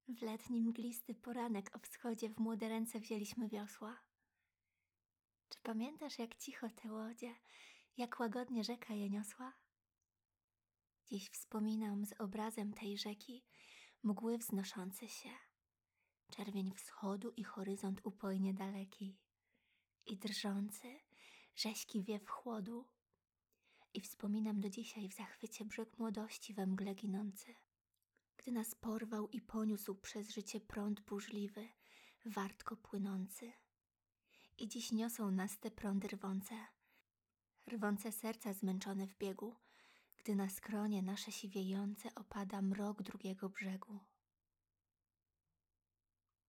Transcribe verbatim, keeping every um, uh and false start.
W letni mglisty poranek o wschodzie w młode ręce wzięliśmy wiosła. Czy pamiętasz, jak cicho te łodzie, jak łagodnie rzeka je niosła? Dziś wspominam z obrazem tej rzeki mgły wznoszące się, czerwień wschodu i horyzont upojnie daleki, i drżący, rześki wiew chłodu. I wspominam do dzisiaj w zachwycie brzeg młodości we mgle ginący, gdy nas porwał i poniósł przez życie prąd burzliwy, wartko płynący. I dziś niosą nas te prądy rwące, rwące serca zmęczone w biegu, gdy na skronie nasze siwiejące opada mrok drugiego brzegu.